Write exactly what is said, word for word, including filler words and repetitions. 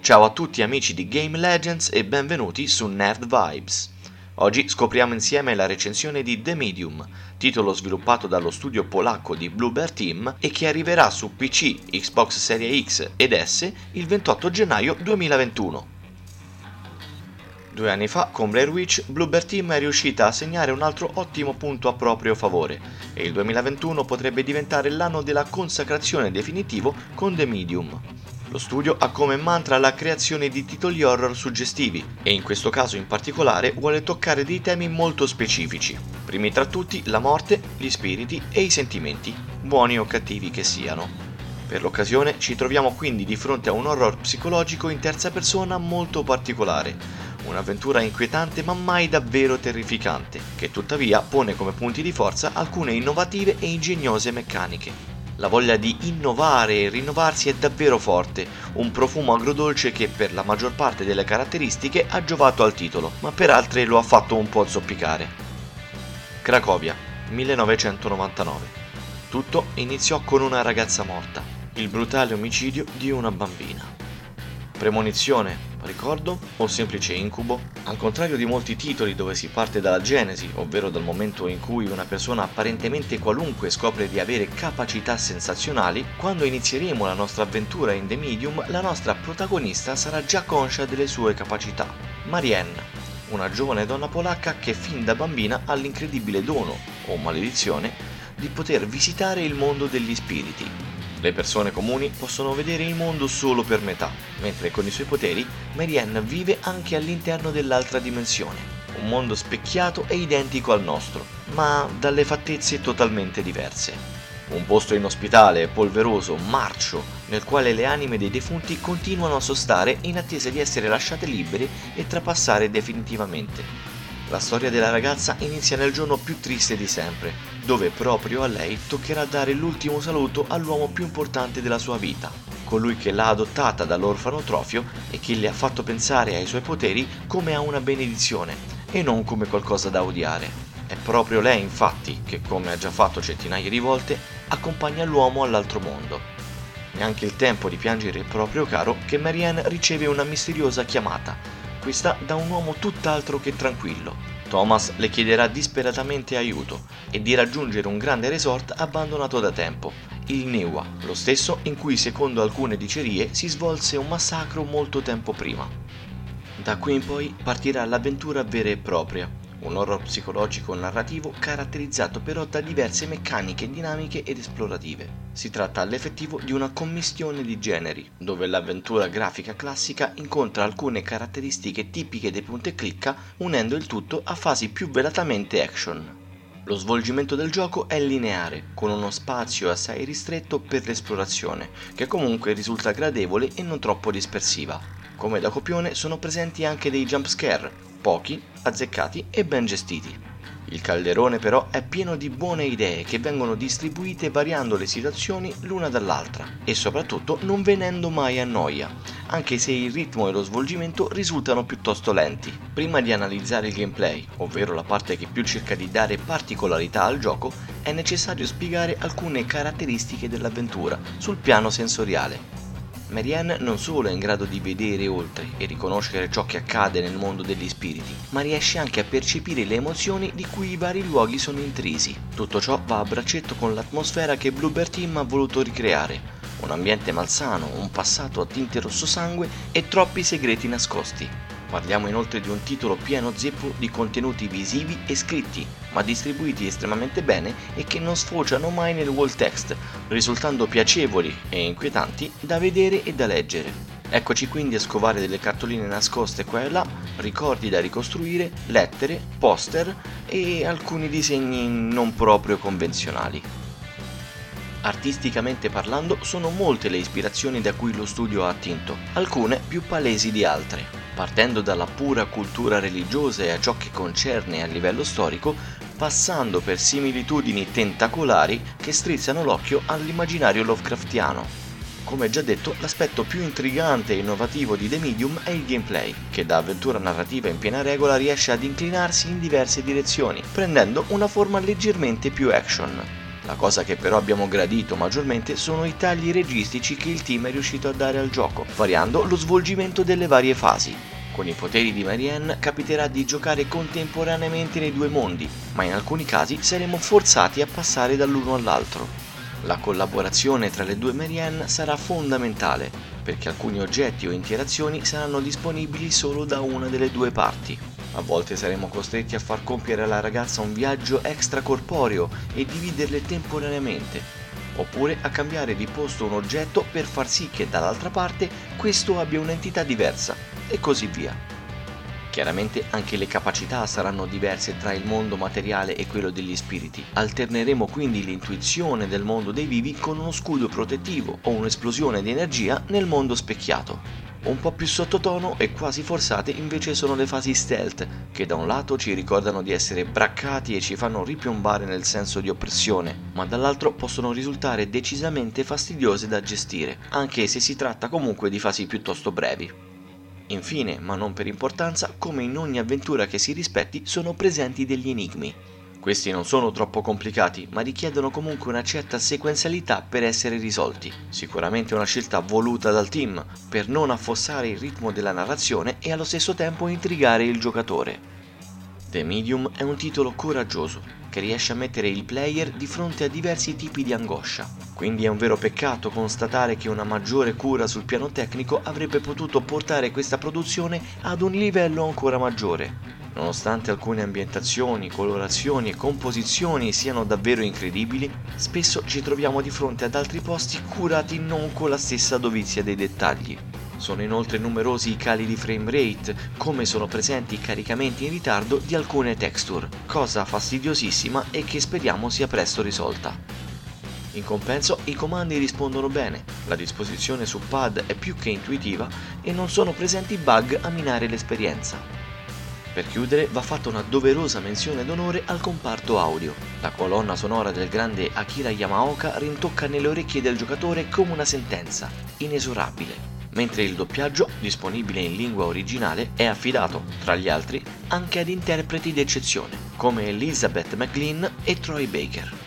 Ciao a tutti amici di Game Legends e benvenuti su Nerd Vibes. Oggi scopriamo insieme la recensione di The Medium, titolo sviluppato dallo studio polacco di Bloober Team e che arriverà su P C, Xbox Series X ed S il ventotto gennaio duemilaventuno. Due anni fa, con Blair Witch, Bloober Team è riuscita a segnare un altro ottimo punto a proprio favore e il duemilaventuno potrebbe diventare l'anno della consacrazione definitivo con The Medium. Lo studio ha come mantra la creazione di titoli horror suggestivi e in questo caso in particolare vuole toccare dei temi molto specifici. Primi tra tutti la morte, gli spiriti e i sentimenti, buoni o cattivi che siano. Per l'occasione ci troviamo quindi di fronte a un horror psicologico in terza persona molto particolare, un'avventura inquietante ma mai davvero terrificante, che tuttavia pone come punti di forza alcune innovative e ingegnose meccaniche. La voglia di innovare e rinnovarsi è davvero forte, un profumo agrodolce che per la maggior parte delle caratteristiche ha giovato al titolo, ma per altre lo ha fatto un po' zoppicare. Cracovia, millenovecentonovantanove. Tutto iniziò con una ragazza morta, il brutale omicidio di una bambina. Premonizione, ricordo o semplice incubo? Al contrario di molti titoli dove si parte dalla genesi, ovvero dal momento in cui una persona apparentemente qualunque scopre di avere capacità sensazionali, quando inizieremo la nostra avventura in The Medium, la nostra protagonista sarà già conscia delle sue capacità. Marianne, una giovane donna polacca che fin da bambina ha l'incredibile dono, o maledizione, di poter visitare il mondo degli spiriti. Le persone comuni possono vedere il mondo solo per metà, mentre con i suoi poteri Marianne vive anche all'interno dell'altra dimensione, un mondo specchiato e identico al nostro, ma dalle fattezze totalmente diverse. Un posto inospitale, polveroso, marcio, nel quale le anime dei defunti continuano a sostare in attesa di essere lasciate libere e trapassare definitivamente. La storia della ragazza inizia nel giorno più triste di sempre, dove proprio a lei toccherà dare l'ultimo saluto all'uomo più importante della sua vita, colui che l'ha adottata dall'orfanotrofio e che le ha fatto pensare ai suoi poteri come a una benedizione e non come qualcosa da odiare. È proprio lei, infatti, che, come ha già fatto centinaia di volte, accompagna l'uomo all'altro mondo. Neanche il tempo di piangere il proprio caro che Marianne riceve una misteriosa chiamata, questa da un uomo tutt'altro che tranquillo. Thomas le chiederà disperatamente aiuto e di raggiungere un grande resort abbandonato da tempo, il Newa, lo stesso in cui secondo alcune dicerie si svolse un massacro molto tempo prima. Da qui in poi partirà l'avventura vera e propria, un horror psicologico narrativo caratterizzato però da diverse meccaniche dinamiche ed esplorative. Si tratta all'effettivo di una commistione di generi, dove l'avventura grafica classica incontra alcune caratteristiche tipiche dei punta e clicca, unendo il tutto a fasi più velatamente action. Lo svolgimento del gioco è lineare, con uno spazio assai ristretto per l'esplorazione, che comunque risulta gradevole e non troppo dispersiva. Come da copione sono presenti anche dei jumpscare, pochi, azzeccati e ben gestiti. Il calderone però è pieno di buone idee che vengono distribuite variando le situazioni l'una dall'altra e soprattutto non venendo mai a noia, anche se il ritmo e lo svolgimento risultano piuttosto lenti. Prima di analizzare il gameplay, ovvero la parte che più cerca di dare particolarità al gioco, è necessario spiegare alcune caratteristiche dell'avventura sul piano sensoriale. Marianne non solo è in grado di vedere oltre e riconoscere ciò che accade nel mondo degli spiriti, ma riesce anche a percepire le emozioni di cui i vari luoghi sono intrisi. Tutto ciò va a braccetto con l'atmosfera che Bloober Team ha voluto ricreare, un ambiente malsano, un passato a tinte rossosangue e troppi segreti nascosti. Parliamo inoltre di un titolo pieno zeppo di contenuti visivi e scritti, ma distribuiti estremamente bene e che non sfociano mai nel wall text, risultando piacevoli e inquietanti da vedere e da leggere. Eccoci quindi a scovare delle cartoline nascoste qua e là, ricordi da ricostruire, lettere, poster e alcuni disegni non proprio convenzionali. Artisticamente parlando, sono molte le ispirazioni da cui lo studio ha attinto, alcune più palesi di altre. Partendo dalla pura cultura religiosa e a ciò che concerne a livello storico, passando per similitudini tentacolari che strizzano l'occhio all'immaginario Lovecraftiano. Come già detto, l'aspetto più intrigante e innovativo di The Medium è il gameplay, che da avventura narrativa in piena regola riesce ad inclinarsi in diverse direzioni, prendendo una forma leggermente più action. La cosa che però abbiamo gradito maggiormente sono i tagli registici che il team è riuscito a dare al gioco, variando lo svolgimento delle varie fasi. Con i poteri di Marianne capiterà di giocare contemporaneamente nei due mondi, ma in alcuni casi saremo forzati a passare dall'uno all'altro. La collaborazione tra le due Marianne sarà fondamentale, perché alcuni oggetti o interazioni saranno disponibili solo da una delle due parti. A volte saremo costretti a far compiere alla ragazza un viaggio extracorporeo e dividerle temporaneamente, oppure a cambiare di posto un oggetto per far sì che dall'altra parte questo abbia un'entità diversa, e così via. Chiaramente anche le capacità saranno diverse tra il mondo materiale e quello degli spiriti. Alterneremo quindi l'intuizione del mondo dei vivi con uno scudo protettivo o un'esplosione di energia nel mondo specchiato. Un po' più sottotono e quasi forzate invece sono le fasi stealth, che da un lato ci ricordano di essere braccati e ci fanno ripiombare nel senso di oppressione, ma dall'altro possono risultare decisamente fastidiose da gestire, anche se si tratta comunque di fasi piuttosto brevi. Infine, ma non per importanza, come in ogni avventura che si rispetti, sono presenti degli enigmi. Questi non sono troppo complicati, ma richiedono comunque una certa sequenzialità per essere risolti. Sicuramente una scelta voluta dal team, per non affossare il ritmo della narrazione e allo stesso tempo intrigare il giocatore. The Medium è un titolo coraggioso, che riesce a mettere il player di fronte a diversi tipi di angoscia. Quindi è un vero peccato constatare che una maggiore cura sul piano tecnico avrebbe potuto portare questa produzione ad un livello ancora maggiore. Nonostante alcune ambientazioni, colorazioni e composizioni siano davvero incredibili, spesso ci troviamo di fronte ad altri posti curati non con la stessa dovizia dei dettagli. Sono inoltre numerosi i cali di frame rate, come sono presenti i caricamenti in ritardo di alcune texture, cosa fastidiosissima e che speriamo sia presto risolta. In compenso i comandi rispondono bene, la disposizione su pad è più che intuitiva e non sono presenti bug a minare l'esperienza. Per chiudere va fatta una doverosa menzione d'onore al comparto audio. La colonna sonora del grande Akira Yamaoka rintocca nelle orecchie del giocatore come una sentenza, inesorabile, mentre il doppiaggio, disponibile in lingua originale, è affidato, tra gli altri, anche ad interpreti d'eccezione, come Elizabeth McLean e Troy Baker.